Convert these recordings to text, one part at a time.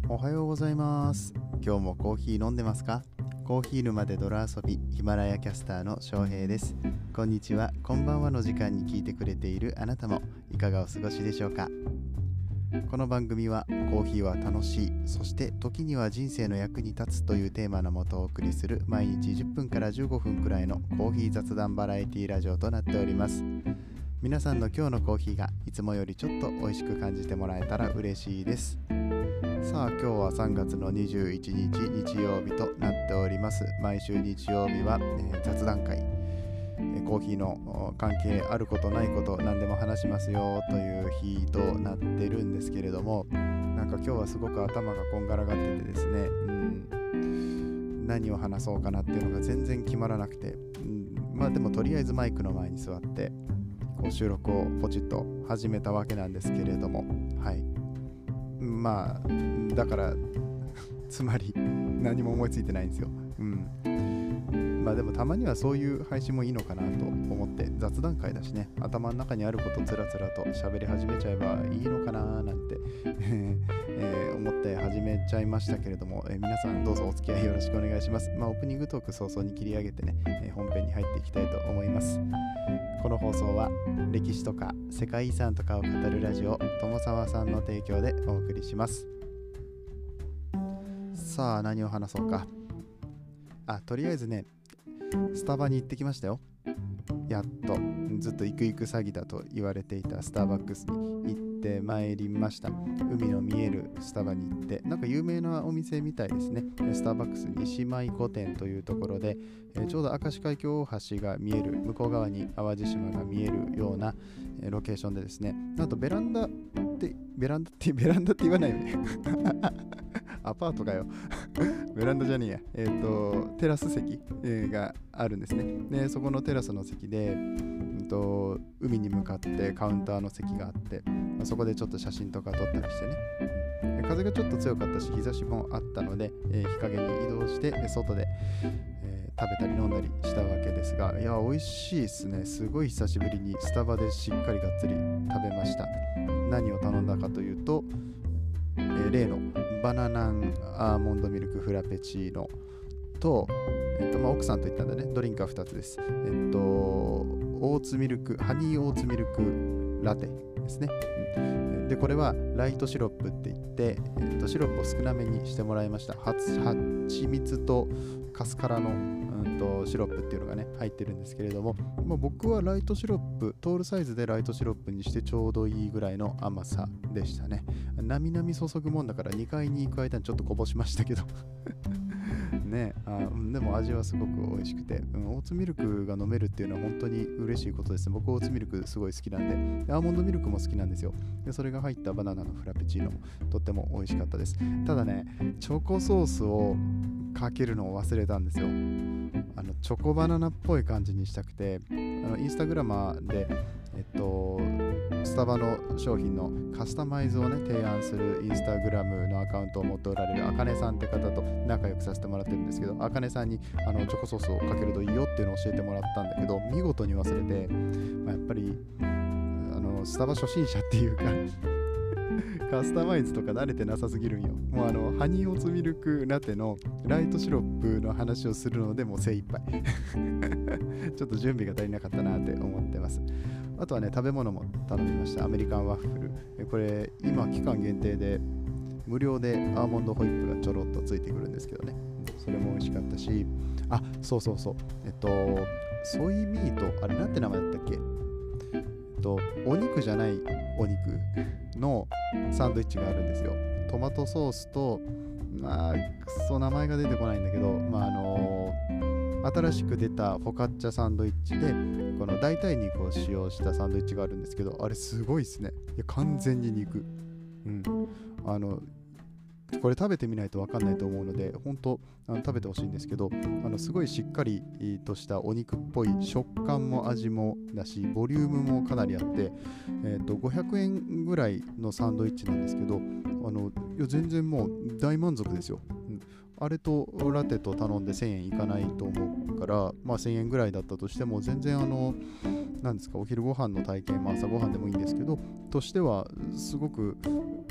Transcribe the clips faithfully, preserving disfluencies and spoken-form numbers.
おはようございます。今日もコーヒー飲んでますか？コーヒー沼で泥遊びヒマラヤキャスターの翔平です。こんにちは、こんばんはの時間に聞いてくれているあなたもいかがお過ごしでしょうか？この番組はコーヒーは楽しい、そして時には人生の役に立つというテーマのもとお送りする毎日じゅっぷんからじゅうごふんくらいのコーヒー雑談バラエティラジオとなっております。皆さんの今日のコーヒーがいつもよりちょっと美味しく感じてもらえたら嬉しいです。さあ今日はさんがつのにじゅういちにち日曜日となっております。毎週日曜日は、えー、雑談会、えー、コーヒーの関係あることないこと何でも話しますよという日となってるんですけれども、なんか今日はすごく頭がこんがらがっててですね、うん、何を話そうかなっていうのが全然決まらなくて、うん、まあでもとりあえずマイクの前に座ってこう収録をポチッと始めたわけなんですけれども、はいまあだからつまり何も思いついてないんですよ。うんまあでもたまにはそういう配信もいいのかなと思って、雑談会だしね、頭の中にあることつらつらと喋り始めちゃえばいいのかななんて、えー、思って始めちゃいましたけれども、えー、皆さんどうぞお付き合いよろしくお願いします。まあオープニングトーク早々に切り上げてね、えー、本編に入っていきたいと思います。この放送は歴史とか世界遺産とかを語るラジオ友沢さんの提供でお送りします。さあ何を話そうか。あ、とりあえずねスタバに行ってきましたよ。やっとずっと行く行く詐欺だと言われていたスターバックスに行ってまいりました。海の見えるスタバに行って、なんか有名なお店みたいですね。スターバックス西舞子店というところで、えー、ちょうど明石海峡大橋が見える向こう側に淡路島が見えるような、えー、ロケーションでですね、あとベランダってベランダってベランダって言わないよねアパートかよベランダじゃねえや、えっとテラス席、えー、があるんですね。でそこのテラスの席で、うんと、海に向かってカウンターの席があって、まあ、そこでちょっと写真とか撮ったりしてね、うん、風がちょっと強かったし日差しもあったので、えー、日陰に移動して外で、えー、食べたり飲んだりしたわけですが、いや美味しいですね。すごい久しぶりにスタバでしっかりがっつり食べました。何を頼んだかというと、えー、例のバナナンアーモンドミルクフラペチーノと、えっとまあ、奥さんと言ったんだね、ドリンクはふたつです。えっとオーツミルクハニーオーツミルクラテですね。でこれはライトシロップって言って、えっと、シロップを少なめにしてもらいました。はちみつとカスカラの、うんと、シロップっていうのがね入ってるんですけれども、まあ、僕はライトシロップトールサイズでライトシロップにしてちょうどいいぐらいの甘さでしたね。なみなみ注ぐもんだからにかいに行く間にちょっとこぼしましたけどねあでも味はすごく美味しくて、うん、オーツミルクが飲めるっていうのは本当に嬉しいことですね。僕オーツミルクすごい好きなんで、アーモンドミルクも好きなんですよ。でそれが入ったバナナのフラペチーノもとっても美味しかったです。ただねチョコソースをかけるのを忘れたんですよ。あのチョコバナナっぽい感じにしたくて、あのインスタグラマーでえっとスタバの商品のカスタマイズをね提案するインスタグラムのアカウントを持っておられるあかねさんって方と仲良くさせてもらってるんですけど、あかねさんにあのチョコソースをかけるといいよっていうのを教えてもらったんだけど、見事に忘れて、まあ、やっぱりあのスタバ初心者っていうかカスタマイズとか慣れてなさすぎるんよ。もうあのハニーオーツミルクラテのライトシロップの話をするのでもう精一杯ちょっと準備が足りなかったなって思ってます。あとはね食べ物も頼みました。アメリカンワッフル、これ今期間限定で無料でアーモンドホイップがちょろっとついてくるんですけどね、それも美味しかったし、あそうそうそうえっとソイミート、あれなんて名前だったっけ、えっとお肉じゃないお肉のサンドイッチがあるんですよ。トマトソースと、まあ、くそ名前が出てこないんだけど、まああのー、新しく出たフォカッチャサンドイッチでこの代替肉を使用したサンドイッチがあるんですけど、あれすごいっすね。いや完全に肉、うんあのこれ食べてみないと分かんないと思うので本当あの食べてほしいんですけど、あのすごいしっかりとしたお肉っぽい食感も味もだしボリュームもかなりあって、えー、とごひゃくえんぐらいのサンドイッチなんですけど、あのいや全然もう大満足ですよ、うん、あれとラテと頼んでせんえんいかないと思うから、まあ、せんえんぐらいだったとしても全然あのなんですかお昼ご飯の体験、まあ、朝ご飯でもいいんですけどとしてはすごく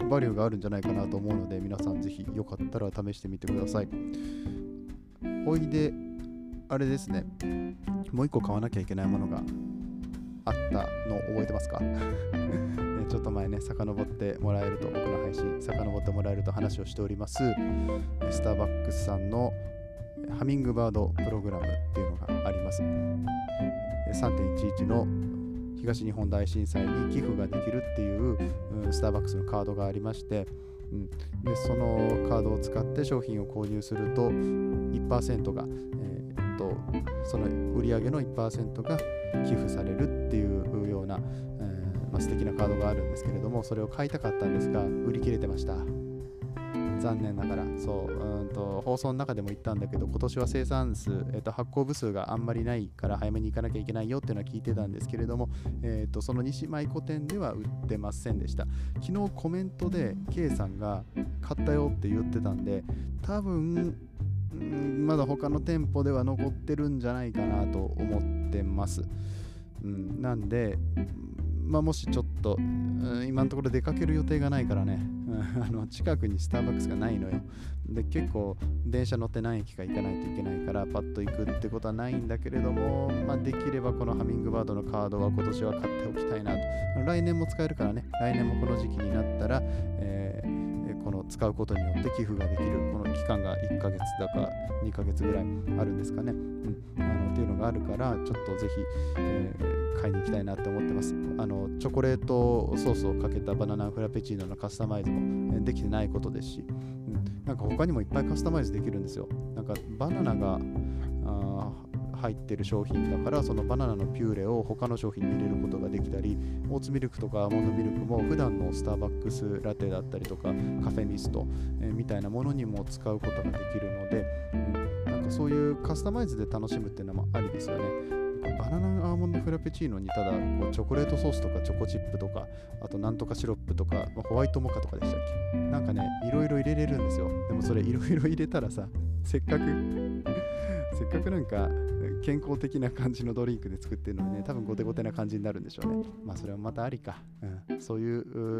バリューがあるんじゃないかなと思うので、皆さんぜひよかったら試してみてください。ほいであれですね、もう一個買わなきゃいけないものがあったのを覚えてますかちょっと前ね、遡ってもらえると、僕の配信遡ってもらえると話をしております、スターバックスさんのハミングバードプログラムっていうのがあります。 さんてんいちいち の東日本大震災に寄付ができるっていう、うん、スターバックスのカードがありまして、うん、でそのカードを使って商品を購入すると いちパーセント が、えー、っとその売上の いちパーセント が寄付されるっていうような、えーまあ、素敵なカードがあるんですけれども、それを買いたかったんですが売り切れてました。残念ながら。そう、うんと放送の中でも言ったんだけど、今年は生産数、えー、と発行部数があんまりないから早めに行かなきゃいけないよっていうのは聞いてたんですけれども、えー、とその西舞子店では売ってませんでした。昨日コメントで K さんが買ったよって言ってたんで、多分んまだ他の店舗では残ってるんじゃないかなと思ってます。うん、なんでまあ、もしちょっと、うん、今のところ出かける予定がないからね、うん、あの近くにスターバックスがないのよ。で結構電車乗って何駅か行かないといけないからパッと行くってことはないんだけれども、まあ、できればこのハミングバードのカードは今年は買っておきたいなと。来年も使えるからね、来年もこの時期になったら、えー、この使うことによって寄付ができる、この期間がいっかげつだかにかげつぐらいあるんですかね、うん、あのっていうのがあるから、ちょっとぜひ、えー買いに行きたいなって思ってます。あのチョコレートソースをかけたバナナフラペチーノのカスタマイズもできてないことですし、うん、なんか他にもいっぱいカスタマイズできるんですよ。なんかバナナがあ入ってる商品だから、そのバナナのピューレを他の商品に入れることができたり、オーツミルクとかアーモンドミルクも普段のスターバックスラテだったりとかカフェミスト、えー、みたいなものにも使うことができるので、うん、なんかそういうカスタマイズで楽しむっていうのもありですよね。バナナアーモンドフラペチーノにただこうチョコレートソースとかチョコチップとか、あとなんとかシロップとか、まあ、ホワイトモカとかでしたっけ、なんかねいろいろ入れれるんですよ。でもそれいろいろ入れたらさ、せっかくせっかくなんか健康的な感じのドリンクで作ってるのにね、多分ゴテゴテな感じになるんでしょうね。まあそれはまたありか、うん、そういう、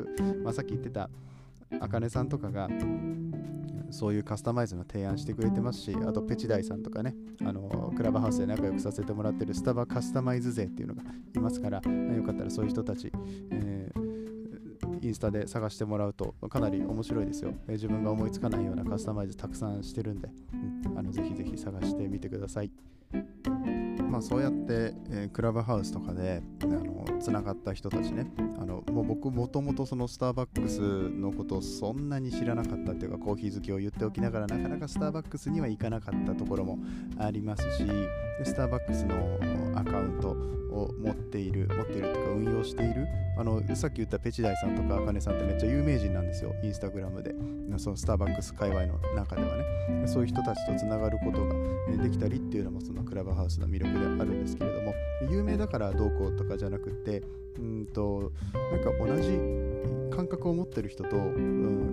まあ、さっき言ってたあかねさんとかがそういうカスタマイズの提案してくれてますし、あとペチダイさんとかね、あのクラブハウスで仲良くさせてもらってるスタバカスタマイズ勢っていうのがいますから、よかったらそういう人たち、えー、インスタで探してもらうとかなり面白いですよ。自分が思いつかないようなカスタマイズたくさんしてるんで、うん、あのぜひぜひ探してみてください。まあそうやって、えー、クラブハウスとかであのつながった人たちね、あのもう僕もともとそのスターバックスのことをそんなに知らなかったっていうか、コーヒー好きを言っておきながらなかなかスターバックスには行かなかったところもありますし、でスターバックスのアカウントを持っている持っているというか運用している、あのさっき言ったペチダイさんとかあかねさんってめっちゃ有名人なんですよ、インスタグラムで。そのスターバックス界隈の中ではね、そういう人たちとつながることができたりっていうのもそのクラブハウスの魅力であるんですけれども、有名だからどうこうとかじゃなくて、うんとなんか同じ感覚を持ってる人と、うん、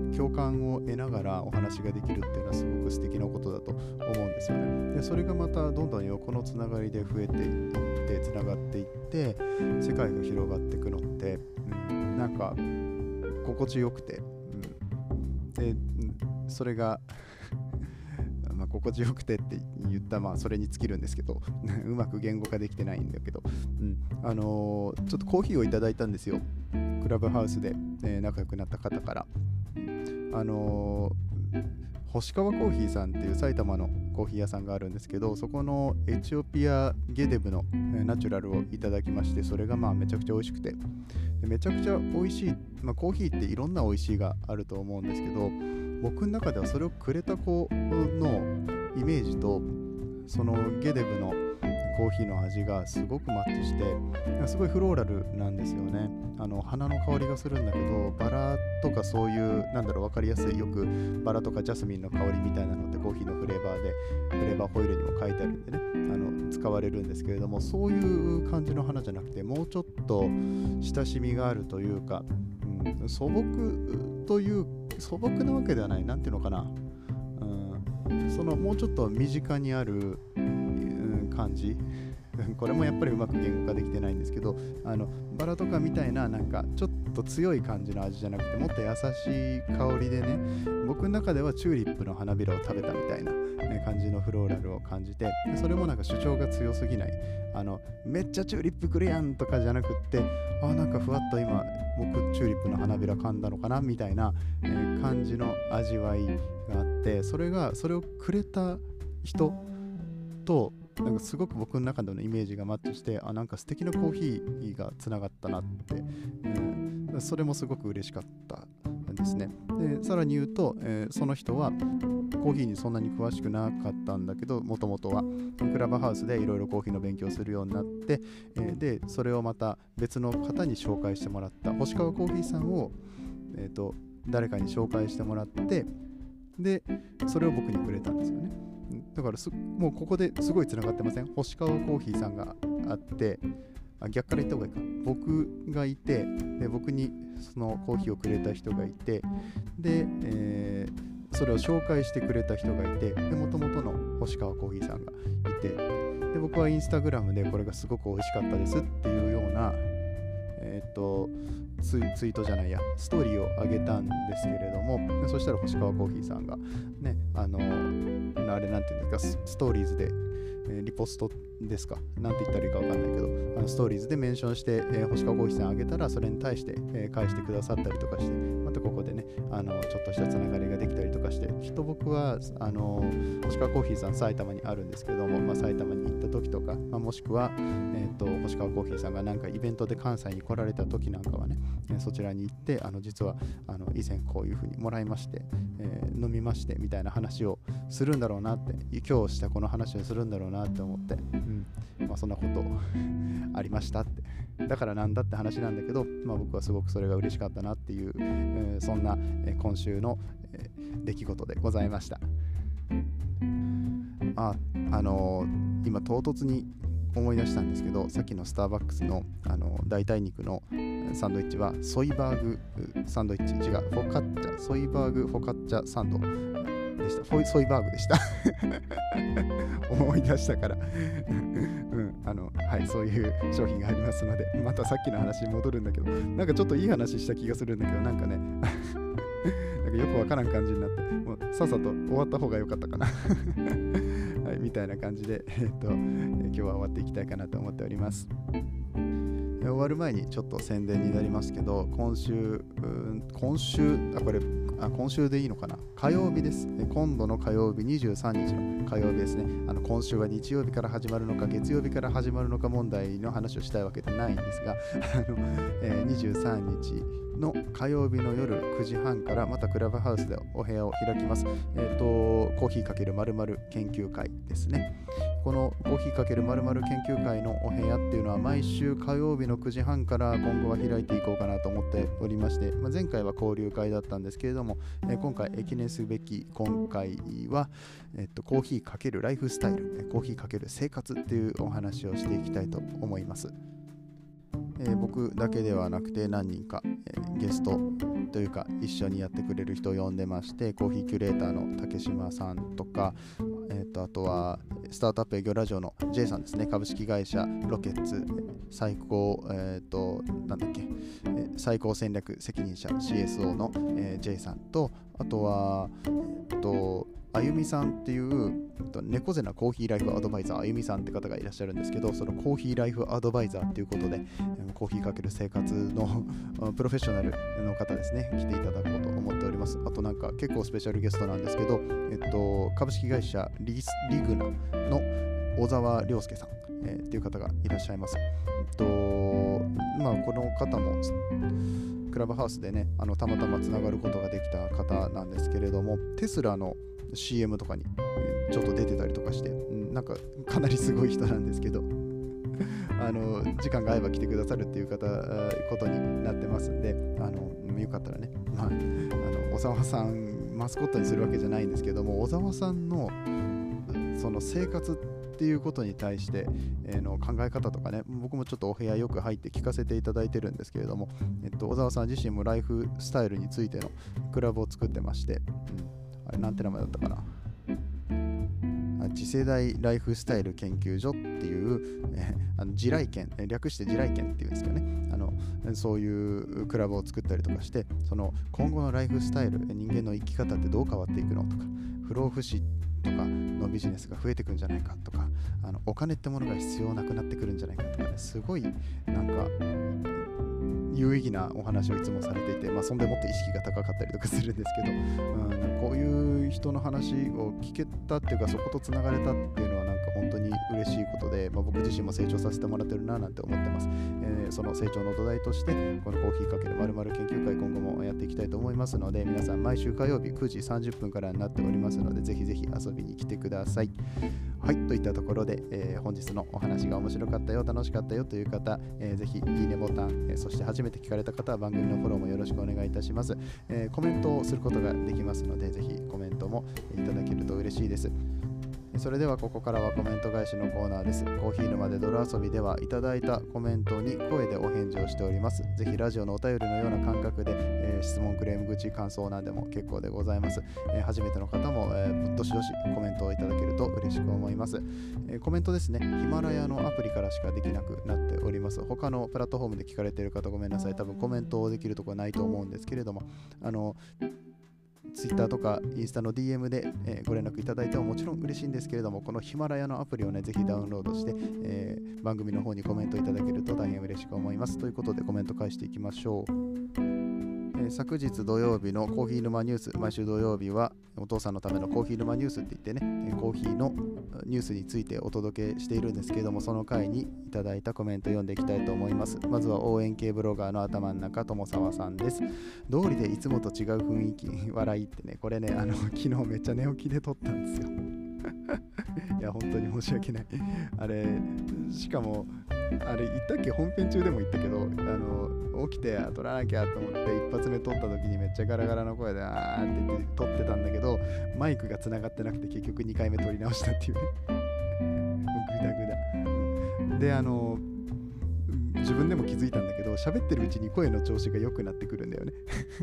共感を得ながらお話ができるっていうのはすごく素敵なことだと思うんですよね。でそれがまたどんどん横のつながりで増えていってつながっていって世界が広がっていくのって、うん、なんか心地よくて、うん、で、うん、それがまあ心地よくてって言ったまあそれに尽きるんですけどうまく言語化できてないんだけど、うん、あのー、ちょっとコーヒーをいただいたんですよ、クラブハウスで、えー、仲良くなった方から。あのー、星川コーヒーさんっていう埼玉のコーヒー屋さんがあるんですけど、そこのエチオピアゲデブの、えー、ナチュラルをいただきまして、それがまあめちゃくちゃ美味しくて、でめちゃくちゃ美味しい、まあ、コーヒーっていろんな美味しいがあると思うんですけど、僕の中ではそれをくれた子のイメージとそのゲデブのコーヒーの味がすごくマッチして、すごいフローラルなんですよね。あの花の香りがするんだけど、バラとかそういうなんだろう分かりやすい、よくバラとかジャスミンの香りみたいなのってコーヒーのフレーバーでフレーバーホイールにも書いてあるんでね、あの使われるんですけれども、そういう感じの花じゃなくて、もうちょっと親しみがあるというか、うん、素朴という素朴なわけではない、なんていうのかな、うん、そのもうちょっと身近にある、うん、感じこれもやっぱりうまく言語化できてないんですけど、あのバラとかみたいななんかちょっと強い感じの味じゃなくて、もっと優しい香りでね、僕の中ではチューリップの花びらを食べたみたいな感じのフローラルを感じて、それもなんか主張が強すぎない、あのめっちゃチューリップくるやんとかじゃなくって、あなんかふわっと今僕チューリップの花びら噛んだのかなみたいな、えー、感じの味わいがあって、それがそれをくれた人となんかすごく僕の中でのイメージがマッチして、あなんか素敵なコーヒーがつながったなって、うん、それもすごく嬉しかったですね。でさらに言うと、えー、その人はコーヒーにそんなに詳しくなかったんだけど、もともとはクラブハウスでいろいろコーヒーの勉強するようになって、えー、でそれをまた別の方に紹介してもらった、星川コーヒーさんを、えーと、誰かに紹介してもらって、でそれを僕にくれたんですよね。だからすもうここですごいつながってません？星川コーヒーさんがあって、あ逆から言った方がいいか、僕がいて、で僕にそのコーヒーをくれた人がいて、で、えー、それを紹介してくれた人がいて、で元々の星川コーヒーさんがいて、で僕はインスタグラムでこれがすごく美味しかったですっていうようなえー、っとツイ、ツイートじゃないやストーリーを上げたんですけれども、でそしたら星川コーヒーさんがね、あのあれなんていうんですか、ストーリーズで、えー、リポストですか、なんて言ったらいいかわかんないけど、あのストーリーズでメンションして、えー、星川コーヒーさんあげたら、それに対して、えー、返してくださったりとかして、またここでね、あのちょっとしたつながりができたりとかして、きっと僕はあの星川コーヒーさん埼玉にあるんですけども、まあ、埼玉に行った時とか、まあ、もしくは、えー、と星川コーヒーさんがなんかイベントで関西に来られた時なんかはね、えー、そちらに行って、あの実はあの以前こういう風にもらいまして、えー、飲みましてみたいな話をするんだろうなって、今日したこの話をするんだろうなって思って、うんまあ、そんなことありましたって、だからなんだって話なんだけど、まあ、僕はすごくそれが嬉しかったなっていう、えー、そんな、えー、今週の、えー、出来事でございました。あ、あのー、今唐突に思い出したんですけど、さっきのスターバックスの、あの代替肉のサンドイッチはソイバーグサンドイッチ、違う、フォカッチャ、ソイバーグフォカッチャサンドでした。ソイバーグでした思い出したからうん、あのはい、そういう商品がありますので、またさっきの話に戻るんだけど、なんかちょっといい話した気がするんだけど、なんかねなんかよくわからん感じになって、もうさっさと終わった方が良かったかなはい、みたいな感じで、えっと、今日は終わっていきたいかなと思っております。終わる前にちょっと宣伝になりますけど、今週、うん今週、あ、これ、あ、今週でいいのかな、火曜日です。今度の火曜日、にじゅうさんにちの火曜日ですね。あの今週は日曜日から始まるのか、月曜日から始まるのか問題の話をしたいわけでないんですが、あの、えー、にじゅうさんにちの火曜日の夜くじはんからまたクラブハウスでお部屋を開きます。えっと、コーヒー×〇〇研究会ですね。このコーヒー×〇〇研究会のお部屋っていうのは毎週火曜日のくじはんから今後は開いていこうかなと思っておりまして、まあ、前回は交流会だったんですけれども、えー、今回記念すべき今回は、えっと、コーヒー×ライフスタイル、コーヒー×生活っていうお話をしていきたいと思います。えー、僕だけではなくて何人か、えー、ゲストというか一緒にやってくれる人を呼んでまして、コーヒーキュレーターの竹島さんとか、えー、とあとはスタートアップ営業ラジオの J さんですね、株式会社ロケッツ最高、えー、となんだっけ、えー、最高戦略責任者 シーエスオー の、えー、J さんと、あとはえっ、ー、とあゆみさんっていう猫背なコーヒーライフアドバイザーあゆみさんって方がいらっしゃるんですけど、そのコーヒーライフアドバイザーっていうことでコーヒーかける生活のプロフェッショナルの方ですね、来ていただこうと思っております。あとなんか結構スペシャルゲストなんですけど、えっと、株式会社 リ, リグナの小沢亮介さん、えー、っていう方がいらっしゃいます。えっとまあ、この方もクラブハウスでね、あのたまたまつながることができた方なんですけれども、テスラの シーエム とかにちょっと出てたりとかして、なんかかなりすごい人なんですけどあの時間が合えば来てくださるっていう方ことになってますんで、あのよかったらね、まあ、あの小沢さんマスコットにするわけじゃないんですけども、小沢さんのその生活っていうことに対して、えー、の考え方とかね、僕もちょっとお部屋よく入って聞かせていただいてるんですけれども、えっと、小沢さん自身もライフスタイルについてのクラブを作ってまして、うん、あれなんて名前だったかな、 次世代ライフスタイル研究所っていう、えー、あの地来研、略して地来研っていうんですけどね、あのそういうクラブを作ったりとかして、その今後のライフスタイル、人間の生き方ってどう変わっていくのとか、不老不死とかのビジネスが増えていくんじゃないかとか、あのお金ってものが必要なくなってくるんじゃないかとかね、すごいなんか有意義なお話をいつもされていて、まあ、そんでもって意識が高かったりとかするんですけど、うん、なんかこういう人の話を聞けたっていうか、そことつながれたっていうのはなんか本当に嬉しいことで、まあ、僕自身も成長させてもらってるななんて思ってます。えー、その成長の土台としてこのコーヒーかける〇〇研究会、今後もやっていきたいと思いますので、皆さん毎週火曜日くじさんじゅっぷんからになっておりますので、ぜひぜひ遊びに来てください。はい、といったところで、えー、本日のお話が面白かったよ、楽しかったよという方、えー、ぜひいいねボタン、えー、そして初めて聞かれた方は番組のフォローもよろしくお願いいたします。えー、コメントをすることができますので、ぜひコメントもいただけると嬉しいです。それではここからはコメント返しのコーナーです。コーヒー沼で泥遊びではいただいたコメントに声でお返事をしております。ぜひラジオのお便りのような感覚で、えー、質問、クレーム、口、感想なんでも結構でございます。えー、初めての方も、えー、どしどしコメントをいただけると嬉しく思います。えー、コメントですね、ヒマラヤのアプリからしかできなくなっております。他のプラットフォームで聞かれている方ごめんなさい。多分コメントできるところはないと思うんですけれども、あのツイッターとかインスタの ディーエム で、えー、ご連絡いただいてももちろん嬉しいんですけれども、このヒマラヤのアプリをね、ぜひダウンロードして、えー、番組の方にコメントいただけると大変嬉しく思います。ということでコメント返していきましょう。えー、昨日土曜日のコーヒー沼ニュース、毎週土曜日はお父さんのためのコーヒー沼ニュースって言ってね、コーヒーのニュースについてお届けしているんですけれども、その回にいただいたコメントを読んでいきたいと思います。まずは応援系ブロガーの頭の中友沢さんです。道理でいつもと違う雰囲気、笑いってね、これね、あの昨日めっちゃ寝起きで撮ったんですよ。いや本当に申し訳ない。あれしかもあれ言ったっけ、本編中でも言ったけど、あの起きて撮らなきゃと思って一発目撮った時にめっちゃガラガラの声であーって言って撮ってたんだけど、マイクが繋がってなくて結局にかいめ撮り直したっていうね。もうグダグダで、あの自分でも気づいたんだけど、喋ってるうちに声の調子が良くなってくるんだよね。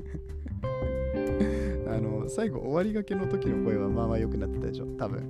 あの最後終わりがけの時の声はまあまあ良くなってたでしょ多分、うん、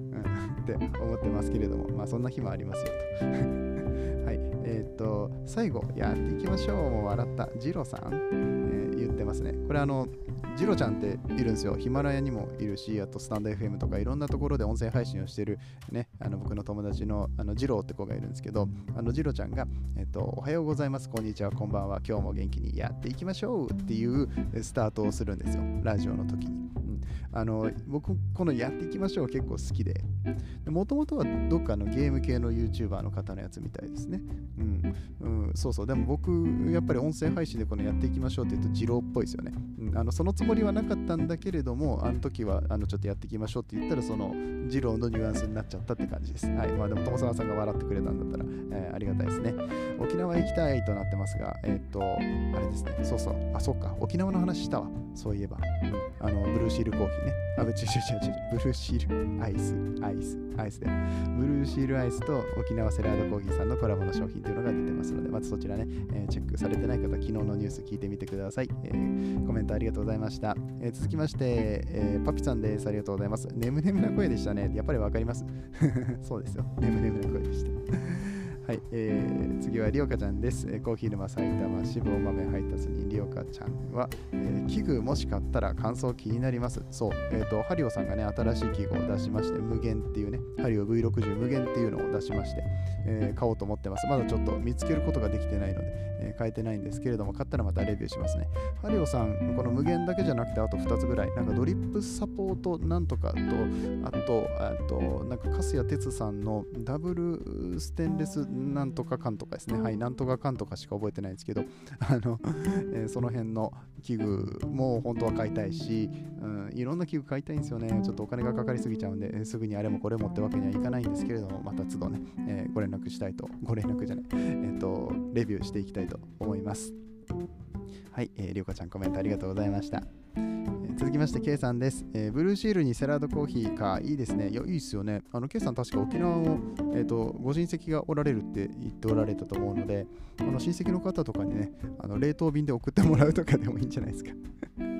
って思ってますけれども、まあそんな日もありますよと。はい、えっ、ー、と最後やっていきましょう。もう笑ったジロさん、えー、言ってますね。これあのジロちゃんっているんですよ。ヒマラヤにもいるし、あとスタンド エフエム とかいろんなところで音声配信をしてるね、あの僕の友達のあのジローって子がいるんですけど、あのジロちゃんが、えっと、おはようございます、こんにちは、こんばんは、今日も元気にやっていきましょうっていうスタートをするんですよ、ラジオの時に。うん、あの僕このやっていきましょう結構好きで、もともとはどっかのゲーム系の YouTuber の方のやつみたいですね。うん、うん、そうそう。でも僕やっぱり音声配信でこのやっていきましょうって言うとジローっぽいですよね。うん、あのそのつもりはなかったんだけれども、あの時はあのちょっとやっていきましょうって言ったらそのジローのニュアンスになっちゃったって感じです。はい。まあでも友沢さんが笑ってくれたんだったら、えー、ありがたいですね。沖縄行きたいとなってますが、えっとあれですね。そうそう。あ、そうか。沖縄の話したわ。そういえば。うん、あのブルーシールコーヒーね。あ、違う違う違う違う。ブルーシールアイスアイスアイスで。ブルーシールアイスと沖縄セラードコーヒーさんのコラボの商品というのが出てますので、まずそちらね、えー、チェックされてない方、昨日のニュース聞いてみてください。えー、コメントありがとうございました。えー、続きまして、えー、パピさんです。ありがとうございます。眠眠な声でしたね。やっぱりわかります。そうですよ。眠眠な声でした。はい、えー、次はリオカちゃんです。えー、コーヒー沼埼玉支部お豆配達にリオカちゃんは、えー、器具もし買ったら感想気になります。そう、えっ、ー、と、ハリオさんがね、新しい器具を出しまして、無限っていうね、ハリオ ブイろくじゅう 無限っていうのを出しまして、えー、買おうと思ってます。まだちょっと見つけることができてないので、えー、買えてないんですけれども、買ったらまたレビューしますね。ハリオさん、この無限だけじゃなくて、あとふたつぐらい、なんかドリップサポートなんとかと、あと、あと、なんか粕谷哲さんのダブルステンレスなんとかかんとかですね。はい、なんとかかんとかしか覚えてないんですけど、あの、えー、その辺の器具も本当は買いたいし、うん、いろんな器具買いたいんですよね。ちょっとお金がかかりすぎちゃうんで、えー、すぐにあれもこれもってわけにはいかないんですけれども、また都度ね、えー、ご連絡したいと、ご連絡じゃない、えっと、レビューしていきたいと思います。はい、えー、りょうかちゃんコメントありがとうございました。えー、続きまして K さんです、えー、ブルーシールにセラードコーヒーか、いいですね。いや、いいっすよね。あの K さん確か沖縄を、えーと、ご親戚がおられるって言っておられたと思うので、あの親戚の方とかにね、あの冷凍便で送ってもらうとかでもいいんじゃないですか。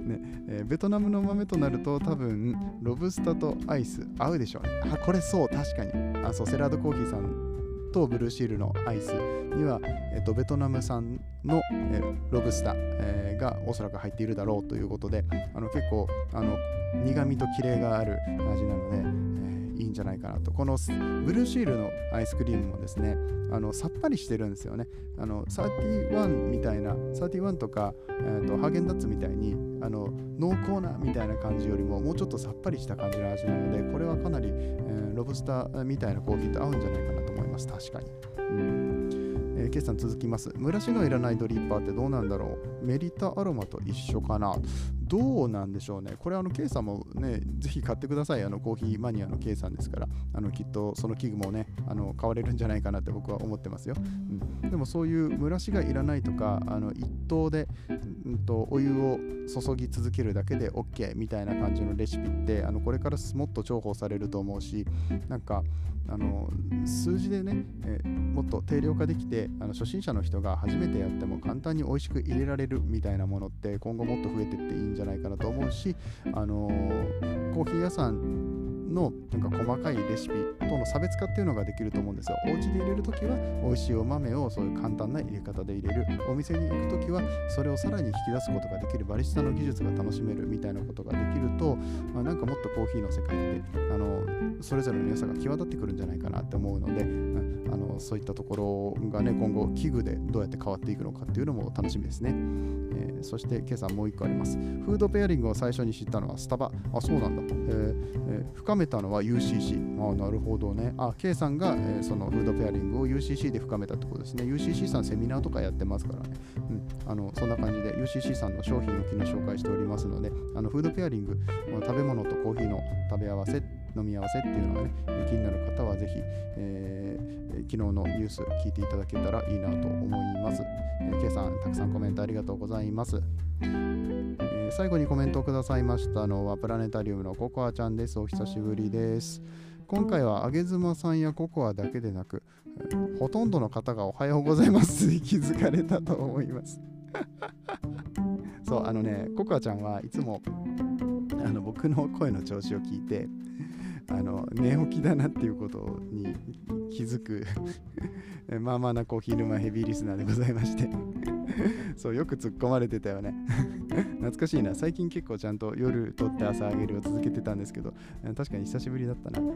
ねえー、ベトナムの豆となると多分ロブスターとアイス合うでしょうね。あ、これそう、確かに。あ、そう、セラードコーヒーさんとブルーシールのアイスには、えっと、ベトナム産の、えー、ロブスター、えー、がおそらく入っているだろうということで、あの結構あの苦味とキレがある味なので、えー、いいんじゃないかなと。このブルーシールのアイスクリームもですね、あのさっぱりしてるんですよね。あのサーティワンみたいな、サーティワンとか、えー、とハーゲンダッツみたいにあの濃厚なみたいな感じよりももうちょっとさっぱりした感じの味なので、これはかなり、えー、ロブスターみたいなコーヒーと合うんじゃないかなと思います。確かに。うんえー、ケイさん続きます。蒸らしのいらないドリッパーってどうなんだろう。メリタアロマと一緒かな。どうなんでしょうね。これあのケイさんもね、ぜひ買ってください。あのコーヒーマニアのケイさんですから、あのきっとその器具もね、あの買われるんじゃないかなって僕は思ってますよ。うん、でもそういう蒸らしがいらないとか、あの一等で、うん、とお湯を注ぎ続けるだけで OK みたいな感じのレシピってあのこれからもっと重宝されると思うし、なんかあの数字でね、えー、もっと定量化できて、あの初心者の人が初めてやっても簡単に美味しく入れられるみたいなものって今後もっと増えていっていいんじゃないかなと思うし、あのー、コーヒー屋さんのなんか細かいレシピとの差別化っていうのができると思うんですよ。お家で入れるときは美味しいお豆をそういう簡単な入れ方で入れる。お店に行くときはそれをさらに引き出すことができる、バリスタの技術が楽しめるみたいなことができると、まあ、なんかもっとコーヒーの世界であのそれぞれの良さが際立ってくるんじゃないかなって思うので、あのそういったところがね、今後器具でどうやって変わっていくのかっていうのも楽しみですね。えー、そして今朝もう一個あります。フードペアリングを最初に知ったのはスタバ。あ、そうなんだ。えーえー、深めたのは ユーシーシー。あ、なるほどね。あ、K さんが、えー、そのフードペアリングを ユーシーシー で深めたってことですね。ユーシーシー さんセミナーとかやってますからね。うん、あのそんな感じで ユーシーシー さんの商品を昨日紹介しておりますので、あのフードペアリング、食べ物とコーヒーの食べ合わせ、飲み合わせっていうのがね、気になる方はぜひ、えー、昨日のニュース聞いていただけたらいいなと思います。えー、K さん、たくさんコメントありがとうございます。えー、最後にコメントをくださいましたのはプラネタリウムのココアちゃんです。お久しぶりです。今回はあげずまさんやココアだけでなく、ほとんどの方がおはようございますに気づかれたと思います。そう、あのね、ココアちゃんはいつもあの僕の声の調子を聞いて、あの寝起きだなっていうことに気づくまあまあなコーヒー沼ヘビーリスナーでございましてそうよく突っ込まれてたよね懐かしいな。最近結構ちゃんと夜撮って朝あげるを続けてたんですけど、確かに久しぶりだったな。うん、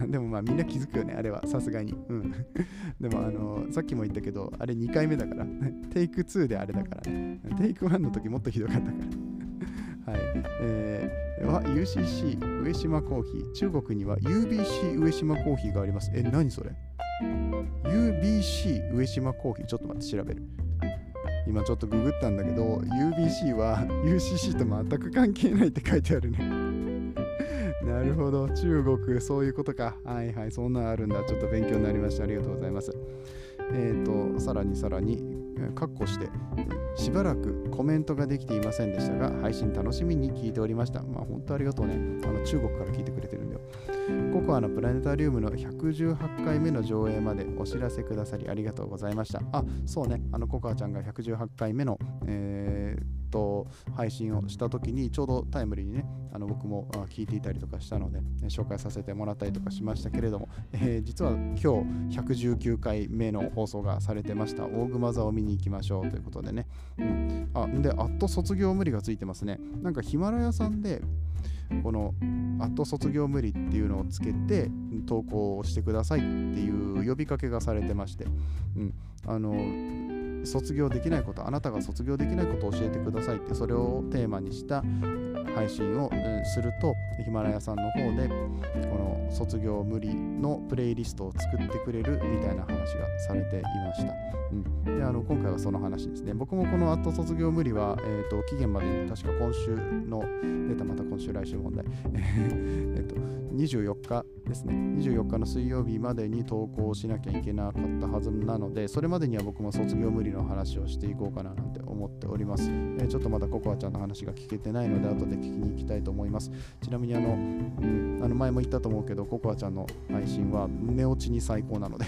でもまあみんな気づくよね、あれはさすがに。うん、でもあのさっきも言ったけど、あれにかいめだからテイクツーであれだからね。テイクワンの時もっとひどかったからはい、えー、ユーシーシー 上島コーヒー、中国には ユービーシー 上島コーヒーがあります。え、何それ？ ユービーシー 上島コーヒー、ちょっと待って調べる。今ちょっとググったんだけど ユービーシー は ユーシーシー と全く関係ないって書いてあるねなるほど、中国そういうことか。はいはい、そんなんあるんだ。ちょっと勉強になりました。ありがとうございます。えーとさらにさらにカッコしてしばらくコメントができていませんでしたが、配信楽しみに聞いておりました。まあ本当ありがとうね。あの中国から聞いてくれてるんだよ。ココアのプラネタリウムのひゃくじゅうはちかいめの上映までお知らせくださりありがとうございました。あ、そうね。あのココアちゃんがひゃくじゅうはちかいめの、えー、と配信をした時にちょうどタイムリーにね、あの僕も聞いていたりとかしたので、ね、紹介させてもらったりとかしましたけれども、えー、実は今日ひゃくじゅうきゅうかいめの放送がされてました。大熊座を見に行きましょうということでね。うん、あ、で、あっと卒業無理がついてますね。なんかヒマラヤさんでこのあっと卒業無理っていうのをつけて投稿をしてくださいっていう呼びかけがされてまして、うん、あの卒業できないこと、あなたが卒業できないことを教えてくださいって、それをテーマにした配信を、うん、するとヒマラヤさんの方でこの卒業無理のプレイリストを作ってくれるみたいな話がされていました。うん、であの今回はその話ですね。僕もこのあっと卒業無理は、えー、と期限まで確か今週の出たまた今週来週問題えっとにじゅうよっかですね。にじゅうよっかの水曜日までに投稿しなきゃいけなかったはずなので、それまでには僕も卒業無理の話をしていこうかななんて思っております。えー、ちょっとまだココアちゃんの話が聞けてないので後で聞きに行きたいと思います。ちなみにあの、うん、あの前も言ったと思うけど、ココアちゃんの配信は寝落ちに最高なので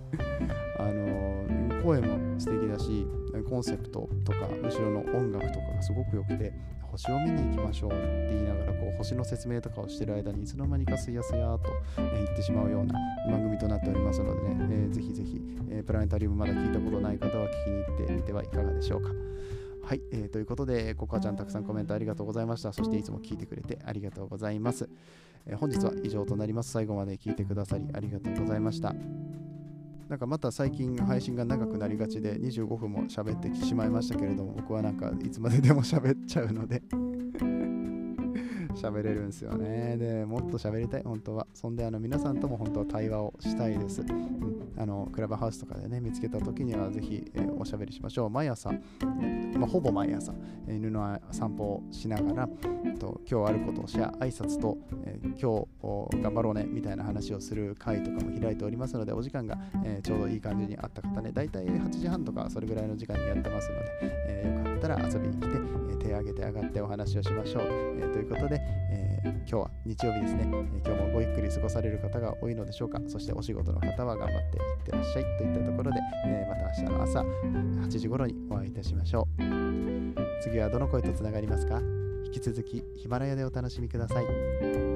あのー、声も素敵だし、コンセプトとか後ろの音楽とかがすごく良くて、星を見に行きましょうって言いながらこう星の説明とかをしている間にいつの間にかすやすやと、えー、言ってしまうような番組となっておりますのでね、えー、ぜひぜひ、えー、プラネタリウムまだ聞いたことない方は聞きに行ってみてはいかがでしょうか。はい、えー、ということでココアちゃんたくさんコメントありがとうございました。そしていつも聞いてくれてありがとうございます。えー、本日は以上となります。最後まで聞いてくださりありがとうございました。なんかまた最近配信が長くなりがちでにじゅうごふんも喋ってしまいましたけれども、僕はなんかいつまででも喋っちゃうので喋れるんですよね。でもっと喋りたい本当は。そんであの皆さんとも本当は対話をしたいです、うん、あのクラブハウスとかでね見つけた時にはぜひ、えー、おしゃべりしましょう。毎朝、まあ、ほぼ毎朝犬の散歩をしながらと今日あることをシェア挨拶と、えー、今日頑張ろうねみたいな話をする会とかも開いておりますので、お時間が、えー、ちょうどいい感じにあった方ね、だいたいはちじはんとかそれぐらいの時間にやってますので、えー、よかったら遊びに来て、えー、手を挙げて上がってお話をしましょう、えー、ということで、えー、今日は日曜日ですね、えー、今日もごゆっくり過ごされる方が多いのでしょうか。そしてお仕事の方は頑張っていってらっしゃいといったところで、えー、また明日の朝はちじ頃にお会いいたしましょう。次はどの声とつながりますか？引き続きヒマラヤでお楽しみください。